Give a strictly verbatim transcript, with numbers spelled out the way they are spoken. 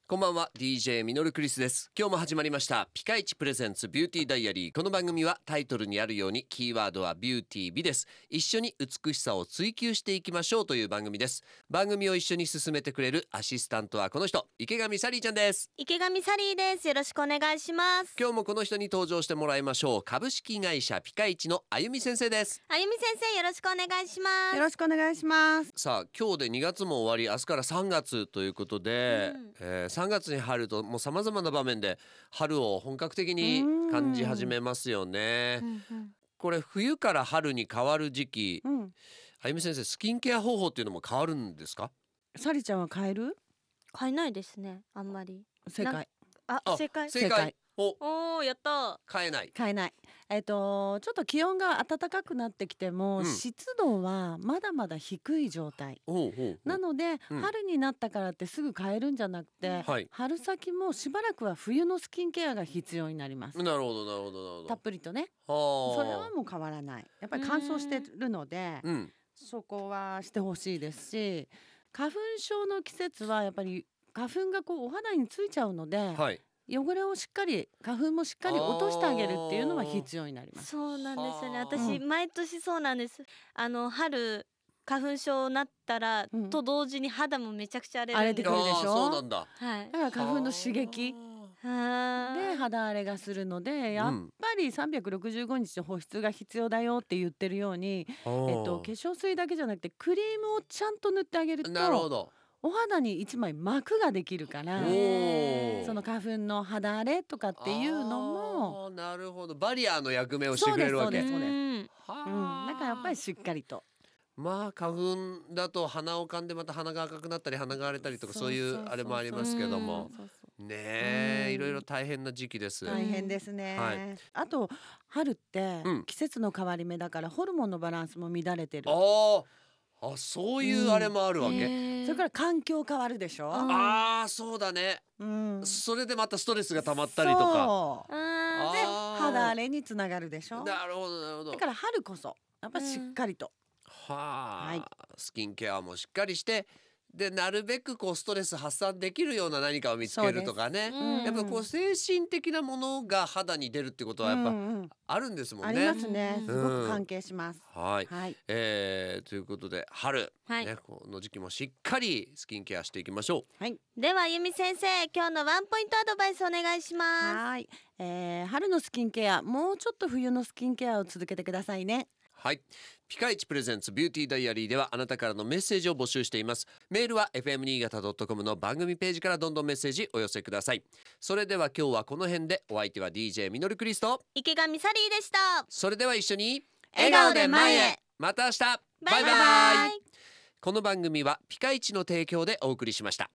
こんばんは、 ディージェー ミノルクリスです。今日も始まりましたピカイチプレゼンツビューティーダイアリー。この番組はタイトルにあるようにキーワードはビューティー美です。一緒に美しさを追求していきましょうという番組です。番組を一緒に進めてくれるアシスタントはこの人、池上サリーちゃんです。 池上サリーです。よろしくお願いします。 今日もこの人に登場してもらいましょう。株式会社ピカイチのあゆみ先生です。 あゆみ先生、よろしくお願いします。 よろしくお願いします。 さあ、今日でにがつも終わり、明日からさんがつということで、 うんえー、さんがつに入るともう様々な場面で春を本格的に感じ始めますよね。 うんうん、 これ冬から春に変わる時期、 うん、 あゆみ先生、スキンケア方法っていうのも変わるんですか？ サリちゃんは変える？ 変えないですね、あんまり。 正解。 あ、 あ正解。 正解。 おお、やった。 変えない。 変えない。えっとちょっと気温が暖かくなってきても、 うん湿度はまだまだ低い状態。 おうおうおうなので、 うん春になったからってすぐ変えるんじゃなくて、 はい、 春先もしばらくは冬のスキンケアが必要になります。 なるほどなるほどなるほたっど。 ぷりとね。 はあ、 それはもう変わらない。やっぱり乾燥してるので、 うんそこはしてほしいですし、花粉症の季節はやっぱり花粉がこうお肌についちゃうので、 はい、 汚れをしっかり花粉もしっかり落としてあげるっていうのは必要になります。 そうなんですよね。 はあ私、 うん毎年そうなんです。あの春花粉症になったら、 うんと同時に肌もめちゃくちゃ荒れ荒れるんです。 てくるでしょ。 あーそうなんだ。 はい。 だから花粉の刺激はで肌荒れがするので、やっうんぱりさんびゃくろくじゅうごにちの保湿が必要だよって言ってるように、 はあえっと、化粧水だけじゃなくてクリームをちゃんと塗ってあげるとなるほど。 お肌に一枚膜ができるから、 おーその花粉の肌荒れとかっていうのも、 あーなるほど、バリアの役目をしてくれるわけ。 そうですそうですうんうん、だからやっぱりしっかりと。 まあ花粉だと鼻を噛んでまた鼻が赤くなったり鼻が荒れたりとか、そういうあれもありますけどもそうそうねえ、 うんいろいろ大変な時期です。 大変ですね、 はいあと春ってうん季節の変わり目だからホルモンのバランスも乱れてる。 あーあ、そういうあれもあるわけ。 へーそれから環境変わるでしょ、 うんああ、そうだね。 うん、 それでまたストレスが溜まったりとか。 そうあであー肌荒れにつながるでしょ。 なるほどなるほど。 だから春こそやっぱしっかりと、 はあ、 はいスキンケアもしっかりして、でなるべくこうストレス発散できるような何かを見つけるとかね。 うんやっぱこう精神的なものが肌に出るってことはやっぱうんうんあるんですもんあね。 りますね、 うんすごく関係します、 はい、 はい。 えー、ということで春、 はいね、この時期もしっかりスキンケアしていきましょう。 はいでは、ゆみ先生、今日のワンポイントアドバイスお願いします。 はい、えー春のスキンケア、もうちょっと冬のスキンケアを続けてくださいね。 はい、ピカイチプレゼンツビューティーダイアリーではあなたからのメッセージを募集しています。メールは エフエム 新潟 ドットコム の番組ページからどんどんメッセージお寄せください。それでは今日はこの辺で、お相手は ディージェー ミノルクリスト。 池上サリーでした。 それでは一緒に笑顔で前へ。 また明日。 バイバイ。 この番組はピカイチの提供でお送りしました。